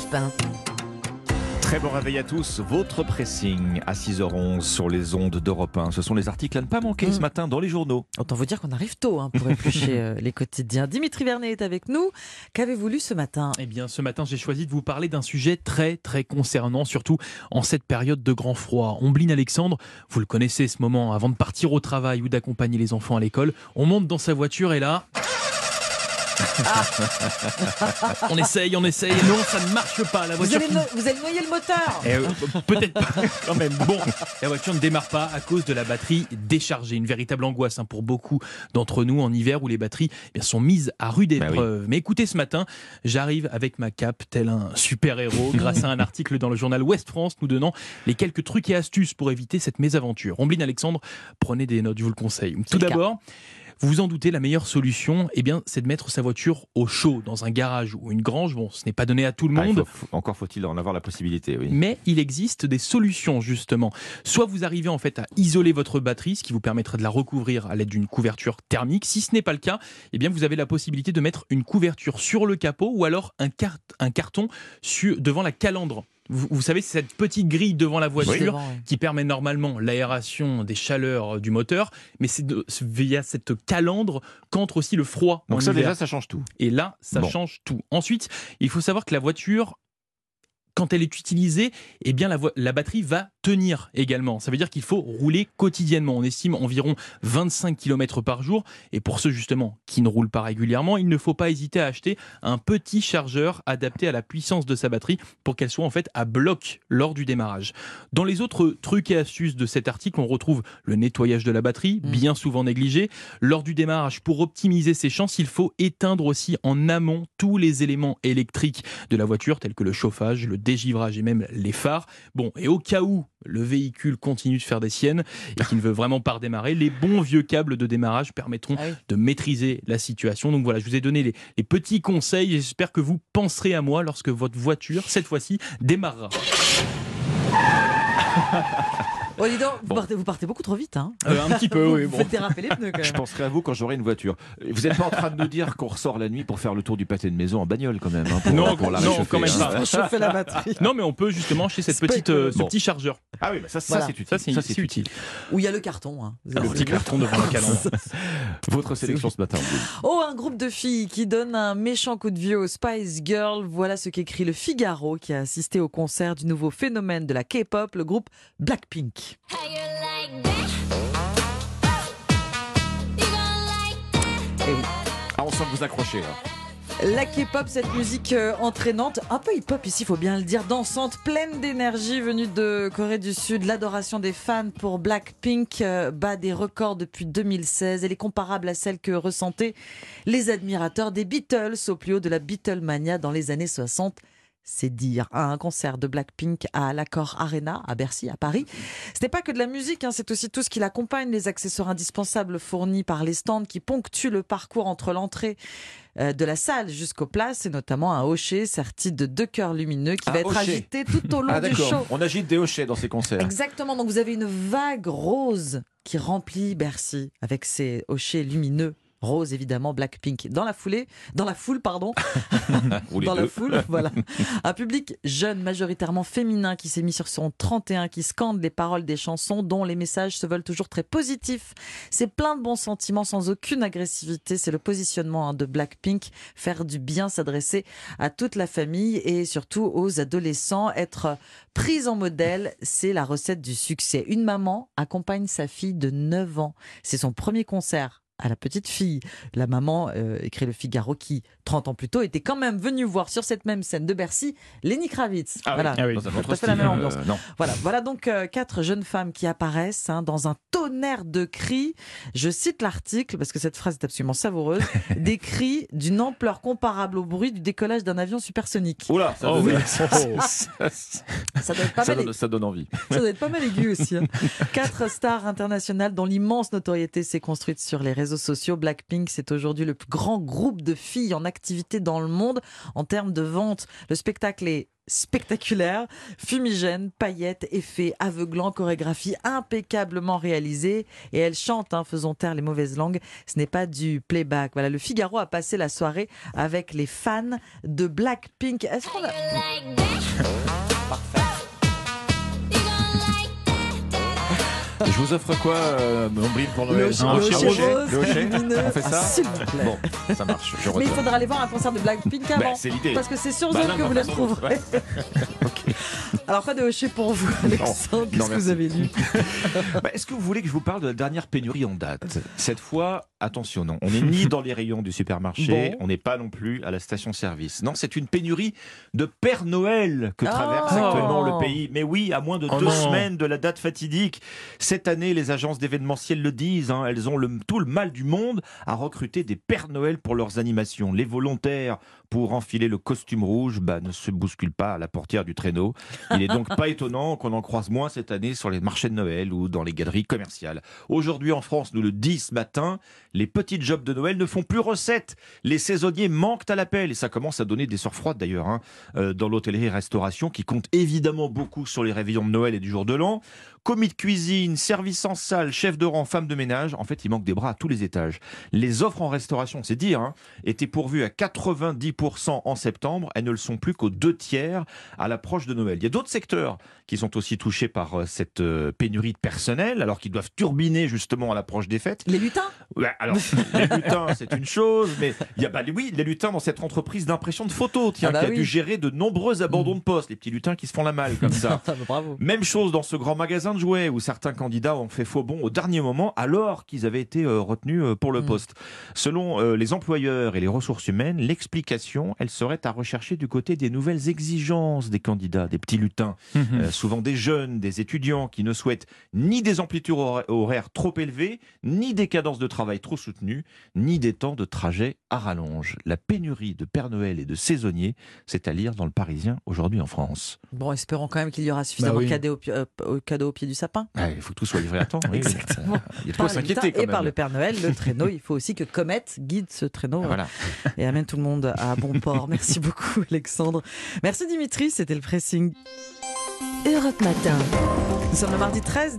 Europe 1. Très bon réveil à tous. Votre pressing à 6h11 sur les ondes d'Europe 1. Ce sont les articles à ne pas manquer ce matin dans les journaux. Autant vous dire qu'on arrive tôt pour éplucher les quotidiens. Dimitri Vernet est avec nous. Qu'avez-vous lu ce matin ? Eh bien, ce matin, j'ai choisi de vous parler d'un sujet très, très concernant, surtout en cette période de grand froid. Ombline Alexandre, vous le connaissez ce moment, avant de partir au travail ou d'accompagner les enfants à l'école, on monte dans sa voiture et là... On essaye, non, ça ne marche pas. La voiture vous allez noyer le moteur. Peut-être pas, quand même. Bon, la voiture ne démarre pas à cause de la batterie déchargée. Une véritable angoisse pour beaucoup d'entre nous en hiver où les batteries sont mises à rude épreuve. Mais écoutez, ce matin, j'arrive avec ma cape, tel un super-héros, grâce à un article dans le journal Ouest France nous donnant les quelques trucs et astuces pour éviter cette mésaventure. Ombline Alexandre, prenez des notes, je vous le conseille. Tout d'abord... Vous vous en doutez, la meilleure solution, c'est de mettre sa voiture au chaud, dans un garage ou une grange. Bon, ce n'est pas donné à tout le monde. Encore faut-il en avoir la possibilité, oui. Mais il existe des solutions, justement. Soit vous arrivez à isoler votre batterie, ce qui vous permettra de la recouvrir à l'aide d'une couverture thermique. Si ce n'est pas le cas, vous avez la possibilité de mettre une couverture sur le capot ou alors un carton devant la calandre. Vous savez, c'est cette petite grille devant la voiture qui permet normalement l'aération des chaleurs du moteur, mais c'est via cette calandre qu'entre aussi le froid. Donc ça, déjà, ça change tout. Et là, ça change tout. Ensuite, il faut savoir que la voiture, quand elle est utilisée, la batterie va tenir également. Ça veut dire qu'il faut rouler quotidiennement. On estime environ 25 km par jour. Et pour ceux justement qui ne roulent pas régulièrement, il ne faut pas hésiter à acheter un petit chargeur adapté à la puissance de sa batterie pour qu'elle soit à bloc lors du démarrage. Dans les autres trucs et astuces de cet article, on retrouve le nettoyage de la batterie, bien souvent négligé. Lors du démarrage, pour optimiser ses chances, il faut éteindre aussi en amont tous les éléments électriques de la voiture, tels que le chauffage, le dégivrage et même les phares. Bon, et au cas où le véhicule continue de faire des siennes et qu'il ne veut vraiment pas redémarrer, les bons vieux câbles de démarrage permettront de maîtriser la situation. Donc voilà, je vous ai donné les petits conseils et j'espère que vous penserez à moi lorsque votre voiture, cette fois-ci, démarrera. Oh, dis donc, vous partez beaucoup trop vite. Un petit peu, oui. Vous faites déraper les pneus quand même. Je penserai à vous quand j'aurai une voiture. Vous n'êtes pas en train de nous dire qu'on ressort la nuit pour faire le tour du pâté de maison en bagnole quand même pour la réchauffer, quand même pas. Chauffer la batterie. Non, mais on peut justement acheter ce petit chargeur. Ah oui, ça c'est utile. C'est utile. Où il y a le carton. Le petit carton devant la calandre. Votre sélection ce matin. Un groupe de filles qui donne un méchant coup de vieux aux Spice Girls. Voilà ce qu'écrit le Figaro qui a assisté au concert du nouveau phénomène de la K-pop, le groupe Blackpink. On sent que vous accrochez là. La K-pop, cette musique entraînante, un peu hip-hop ici, il faut bien le dire, dansante, pleine d'énergie, venue de Corée du Sud. L'adoration des fans pour Blackpink bat des records depuis 2016. Elle est comparable à celle que ressentaient les admirateurs des Beatles au plus haut de la Beatlemania dans les années 60. C'est dire, un concert de Blackpink à l'Accor Arena à Bercy, à Paris. Ce n'est pas que de la musique, c'est aussi tout ce qui l'accompagne, les accessoires indispensables fournis par les stands qui ponctuent le parcours entre l'entrée de la salle jusqu'aux places, et notamment un hochet serti de 2 cœurs lumineux qui va être agité tout au long du show. On agite des hochets dans ces concerts. Exactement, donc vous avez une vague rose qui remplit Bercy avec ces hochets lumineux. Rose, évidemment, Blackpink. Dans la foule, voilà. Un public jeune, majoritairement féminin, qui s'est mis sur son 31, qui scande les paroles des chansons, dont les messages se veulent toujours très positifs. C'est plein de bons sentiments, sans aucune agressivité. C'est le positionnement de Blackpink. Faire du bien, s'adresser à toute la famille et surtout aux adolescents. Être prise en modèle, c'est la recette du succès. Une maman accompagne sa fille de 9 ans. C'est son premier concert à la petite fille. La maman, écrit le Figaro, qui 30 ans plus tôt était quand même venue voir sur cette même scène de Bercy Lenny Kravitz. Voilà. Dans un autre style, la même ambiance. Voilà donc 4 jeunes femmes qui apparaissent dans un tonnerre de cris. Je cite l'article parce que cette phrase est absolument savoureuse. Des cris d'une ampleur comparable au bruit du décollage d'un avion supersonique. Oula, ça doit être pas mal. Ça donne envie. Ça doit être pas mal aigu aussi. 4 stars internationales dont l'immense notoriété s'est construite sur les réseaux sociaux. Blackpink, c'est aujourd'hui le plus grand groupe de filles en activité dans le monde en termes de vente. Le spectacle est spectaculaire, fumigène, paillettes, effets aveuglants, chorégraphie impeccablement réalisée, et elle chante, faisons taire les mauvaises langues, ce n'est pas du playback. Voilà, le Figaro a passé la soirée avec les fans de Blackpink. Est-ce qu'on a... Je vous offre quoi, Ombrine, pour Le Noël? Hochet Un Hochet rose, Le Hochet lumineux. On fait ça? S'il vous plaît. Bon, ça marche, je Mais il retiens. faudra aller voir un concert de Blackpink avant. C'est l'idée. Parce que c'est sur Bah, Zone non, que non, vous les pas sur retrouverez. Ok. Alors, pas de Hochet pour vous, Alexandre. Qu'est-ce que merci. vous avez lu? Est-ce que vous voulez que je vous parle de la dernière pénurie en date? Cette fois, attention, non. On n'est ni dans les rayons du supermarché, on n'est pas non plus à la station-service. Non, c'est une pénurie de Père Noël que traverse actuellement le pays. Mais oui, à moins de 2 semaines de la date fatidique. Cette année, les agences d'événementiel le disent, elles ont tout le mal du monde à recruter des Pères Noël pour leurs animations. Les volontaires pour enfiler le costume rouge ne se bousculent pas à la portière du traîneau. Il n'est donc pas étonnant qu'on en croise moins cette année sur les marchés de Noël ou dans les galeries commerciales. Aujourd'hui en France, nous le dit ce matin, les petits jobs de Noël ne font plus recette. Les saisonniers manquent à l'appel et ça commence à donner des sueurs froides d'ailleurs dans l'hôtellerie-restauration qui compte évidemment beaucoup sur les réveillons de Noël et du jour de l'an. Commis de cuisine, service en salle, chef de rang, femme de ménage, en fait il manque des bras à tous les étages. Les offres en restauration, c'est dire, étaient pourvues à 90% en septembre, elles ne le sont plus qu'aux 2/3 à l'approche de Noël. Il y a d'autres secteurs qui sont aussi touchés par cette pénurie de personnel, alors qu'ils doivent turbiner justement à l'approche des fêtes. Les lutins? Ouais, alors, les lutins, c'est une chose, mais il y a les lutins dans cette entreprise d'impression de photos, qui a dû gérer de nombreux abandons de poste, les petits lutins qui se font la malle comme ça. Bravo. Même chose dans ce grand magasin de jouets où certains candidats ont fait faux bond au dernier moment alors qu'ils avaient été retenus pour le poste. Selon les employeurs et les ressources humaines, l'explication, elle serait à rechercher du côté des nouvelles exigences des candidats, des petits lutins, souvent des jeunes, des étudiants qui ne souhaitent ni des amplitudes horaires trop élevées, ni des cadences de travail trop soutenues, ni des temps de trajet à rallonge. La pénurie de Père Noël et de saisonniers, c'est à lire dans le Parisien aujourd'hui en France. Bon, espérons quand même qu'il y aura suffisamment de cadeaux au pied du sapin. Il faut que tout soit livré à temps. Oui, exactement. Il y a de quoi s'inquiéter quand même. Et par le Père Noël, le traîneau, il faut aussi que Comet guide ce traîneau et amène tout le monde à bon port. Merci beaucoup Alexandre. Merci Dimitri, c'était le pressing. Europe Matin. Nous sommes le mardi 13